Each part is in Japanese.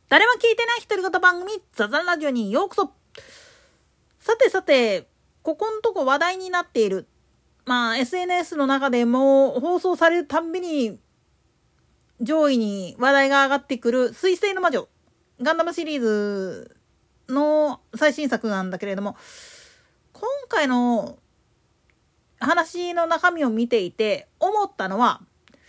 誰も聞いてない独り言番組ザザンラジオにようこそ。さてここのとこ話題になっているSNS の中でも放送されるたんびに上位に話題が上がってくる水星の魔女ガンダムシリーズの最新作なんだけれども、今回の話の中身を見ていて思ったのは、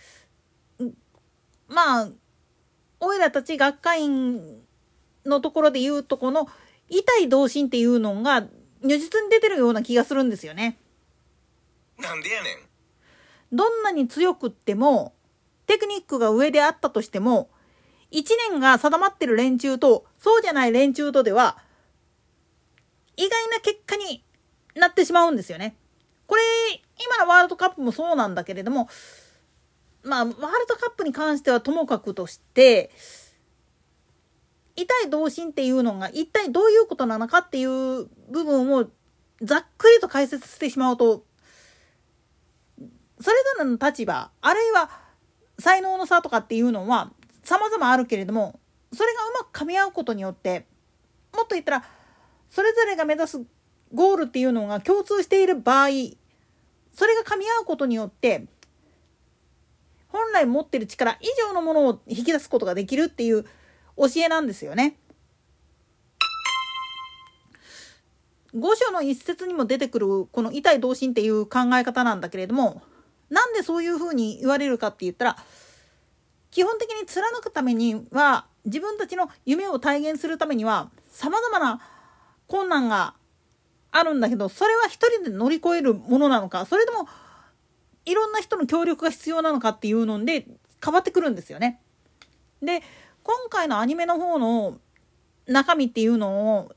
おいらたち学会員のところで言うとこの異体同心っていうのが如実に出てるような気がするんですよね。 なんでやねん。 どんなに強くってもテクニックが上であったとしても一年が定まってる連中とそうじゃない連中とでは意外な結果になってしまうんですよね。これ今のワールドカップもそうなんだけれども、ワールドカップに関してはともかくとして異体同心っていうのが一体どういうことなのかっていう部分をざっくりと解説してしまうと、それぞれの立場あるいは才能の差とかっていうのは様々あるけれども、それがうまく噛み合うことによってもっと言ったらそれぞれが目指すゴールっていうのが共通している場合、それが噛み合うことによって本来持っている力以上のものを引き出すことができるっていう教えなんですよね。五章の一節にも出てくるこの異体同心っていう考え方なんだけれども、なんでそういうふうに言われるかって言ったら、基本的に貫くためには自分たちの夢を体現するためには様々な困難があるんだけど、それは一人で乗り越えるものなのか、それともいろんな人の協力が必要なのかっていうので変わってくるんですよね。で、今回のアニメの方の中身っていうのを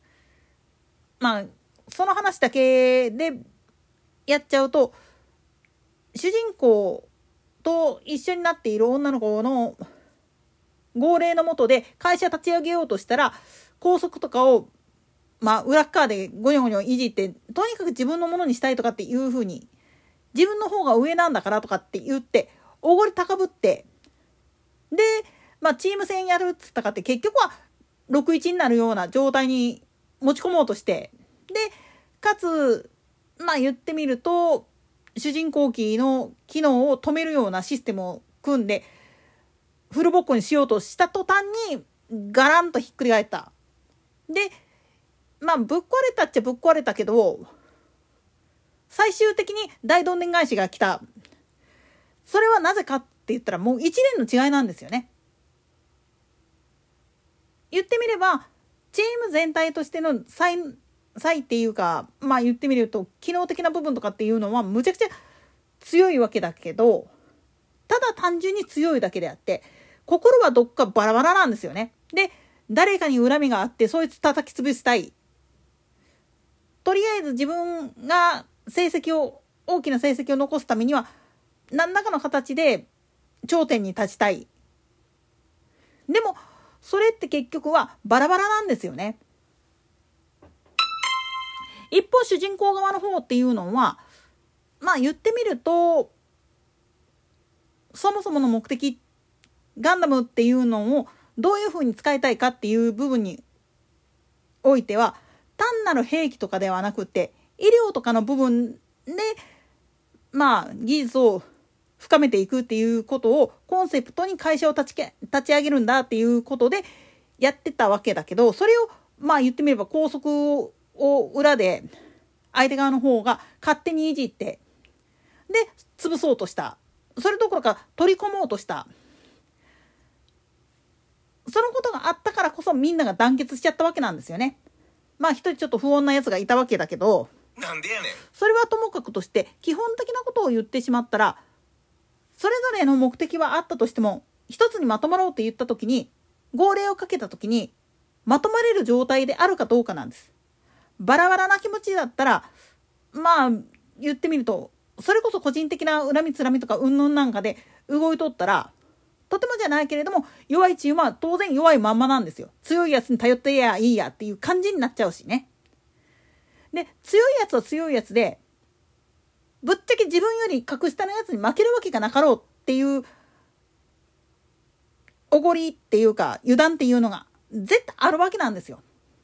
その話だけでやっちゃうと、主人公と一緒になっている女の子の号令の下で会社立ち上げようとしたら校則とかを裏っ側でゴニョゴニョいじって、とにかく自分のものにしたいとかっていう風に、自分の方が上なんだからとかって言っておごり高ぶって、でチーム戦やるっつったかって結局は6-1になるような状態に持ち込もうとして、でかつ言ってみると主人公機の機能を止めるようなシステムを組んでフルボッコにしようとした途端にガランとひっくり返った。でぶっ壊れたっちゃぶっ壊れたけど、最終的に大どんでん返しが来た。それはなぜかって言ったらもう1年の違いなんですよね。言ってみればチーム全体としての差異っていうか、言ってみると機能的な部分とかっていうのはむちゃくちゃ強いわけだけど、ただ単純に強いだけであって心はどっかバラバラなんですよね。で、誰かに恨みがあってそいつ叩き潰したい、とりあえず自分が大きな成績を残すためには何らかの形で頂点に立ちたい。でもそれって結局はバラバラなんですよね。一方主人公側の方っていうのは言ってみると、そもそもの目的ガンダムっていうのをどういうふうに使いたいかっていう部分においては単なる兵器とかではなくて医療とかの部分で技術を深めていくっていうことをコンセプトに会社を立ち上げるんだっていうことでやってたわけだけど、それを言ってみれば校則を裏で相手側の方が勝手にいじってで潰そうとした。それどころか取り込もうとした。そのことがあったからこそみんなが団結しちゃったわけなんですよね。一人ちょっと不穏なやつがいたわけだけど、 なんでやねん。 それはともかくとして基本的なことを言ってしまったら、それぞれの目的はあったとしても一つにまとまろうって言った時に、号令をかけた時にまとまれる状態であるかどうかなんです。バラバラな気持ちだったら言ってみると、それこそ個人的な恨みつらみとかうんぬんなんかで動いとったらとてもじゃないけれども弱いチームは当然弱いまんまなんですよ。強いやつに頼ってやいいやっていう感じになっちゃうしね。で、強いやつは強いやつでぶっちゃけ自分より格下のやつに負けるわけがなかろうっていうおごりっていうか油断っていうのが絶対あるわけなんですよ。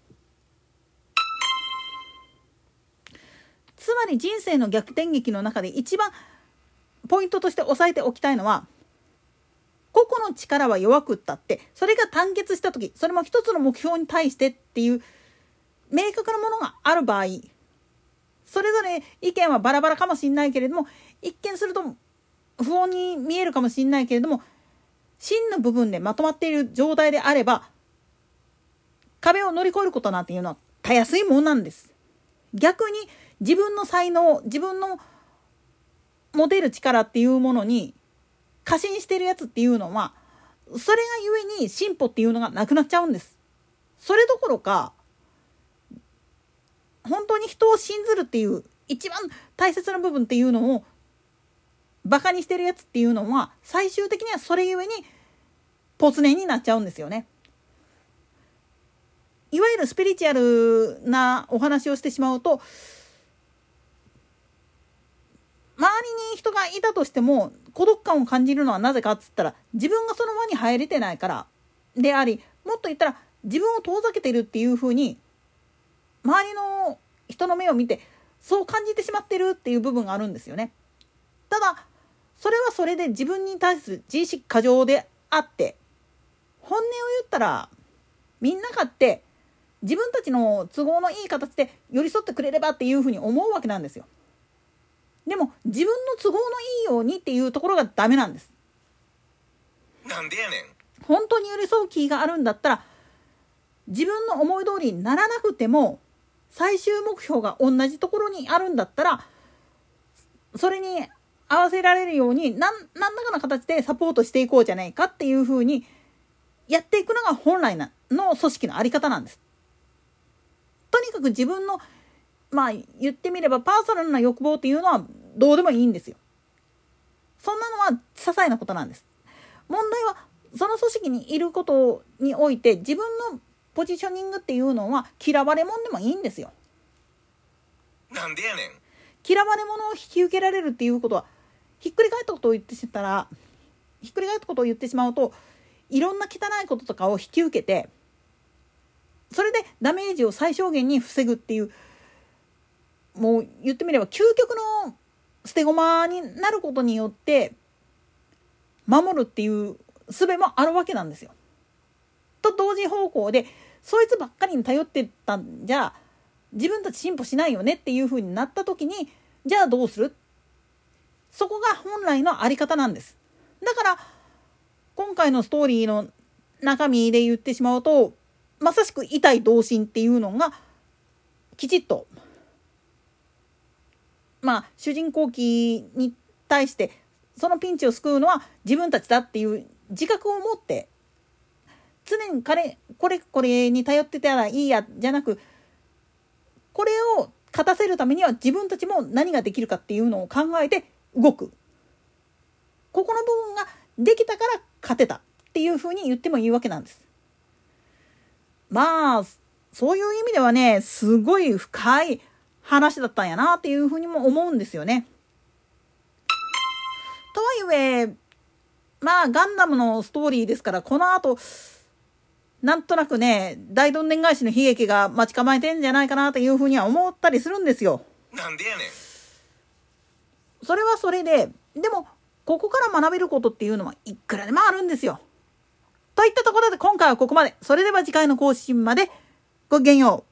つまり人生の逆転劇の中で一番ポイントとして押さえておきたいのは、個々の力は弱くったってそれが団結した時、それも一つの目標に対してっていう明確なものがある場合、それぞれ意見はバラバラかもしれないけれども、一見すると不穏に見えるかもしれないけれども、真の部分でまとまっている状態であれば、壁を乗り越えることなんていうのはたやすいもんなんです。逆に自分の才能、自分の持てる力っていうものに過信してるやつっていうのは、それがゆえに進歩っていうのがなくなっちゃうんです。それどころか、本当に人を信ずるっていう一番大切な部分っていうのをバカにしてるやつっていうのは、最終的にはそれゆえに没年になっちゃうんですよね。いわゆるスピリチュアルなお話をしてしまうと、周りに人がいたとしても孤独感を感じるのはなぜかっつったら、自分がその輪に入れてないからであり、もっと言ったら自分を遠ざけてるっていうふうに周りの人の目を見てそう感じてしまってるっていう部分があるんですよね。ただそれはそれで自分に対する自意識過剰であって、本音を言ったらみんながって自分たちの都合のいい形で寄り添ってくれればっていうふうに思うわけなんですよ。でも自分の都合のいいようにっていうところがダメなんです。 なんでやねん。 本当に寄り添う気があるんだったら、自分の思い通りにならなくても最終目標が同じところにあるんだったら、それに合わせられるように何らかの形でサポートしていこうじゃないかっていうふうにやっていくのが本来の組織のあり方なんです。とにかく自分の言ってみればパーソナルな欲望っていうのはどうでもいいんですよ。そんなのは些細なことなんです。問題はその組織にいることにおいて、自分のポジショニングっていうのは嫌われ者でもいいんですよ。 なんでやねん。 嫌われ者を引き受けられるっていうことは、ひっくり返ったことを言ってしまうと、いろんな汚いこととかを引き受けて、それでダメージを最小限に防ぐっていう、もう言ってみれば究極の捨て駒になることによって守るっていう術もあるわけなんですよ。と同時方向で、そいつばっかりに頼ってたんじゃ自分たち進歩しないよねっていう風になった時に、じゃあどうする？そこが本来のあり方なんです。だから今回のストーリーの中身で言ってしまうと、まさしく異体同心っていうのがきちっと主人公機に対してそのピンチを救うのは自分たちだっていう自覚を持って、常にこれに頼ってたらいいやじゃなく、これを勝たせるためには自分たちも何ができるかっていうのを考えて動く。ここの部分ができたから勝てたっていうふうに言ってもいいわけなんです。そういう意味ではね、すごい深い話だったんやなっていうふうにも思うんですよね。とはいえガンダムのストーリーですから、この後なんとなくね、大どんでん返しの悲劇が待ち構えてんじゃないかなというふうには思ったりするんですよ。 なんでやねん。 それはそれで、でもここから学べることっていうのはいくらでもあるんですよ。といったところで今回はここまで。それでは次回の更新までごきげんよう。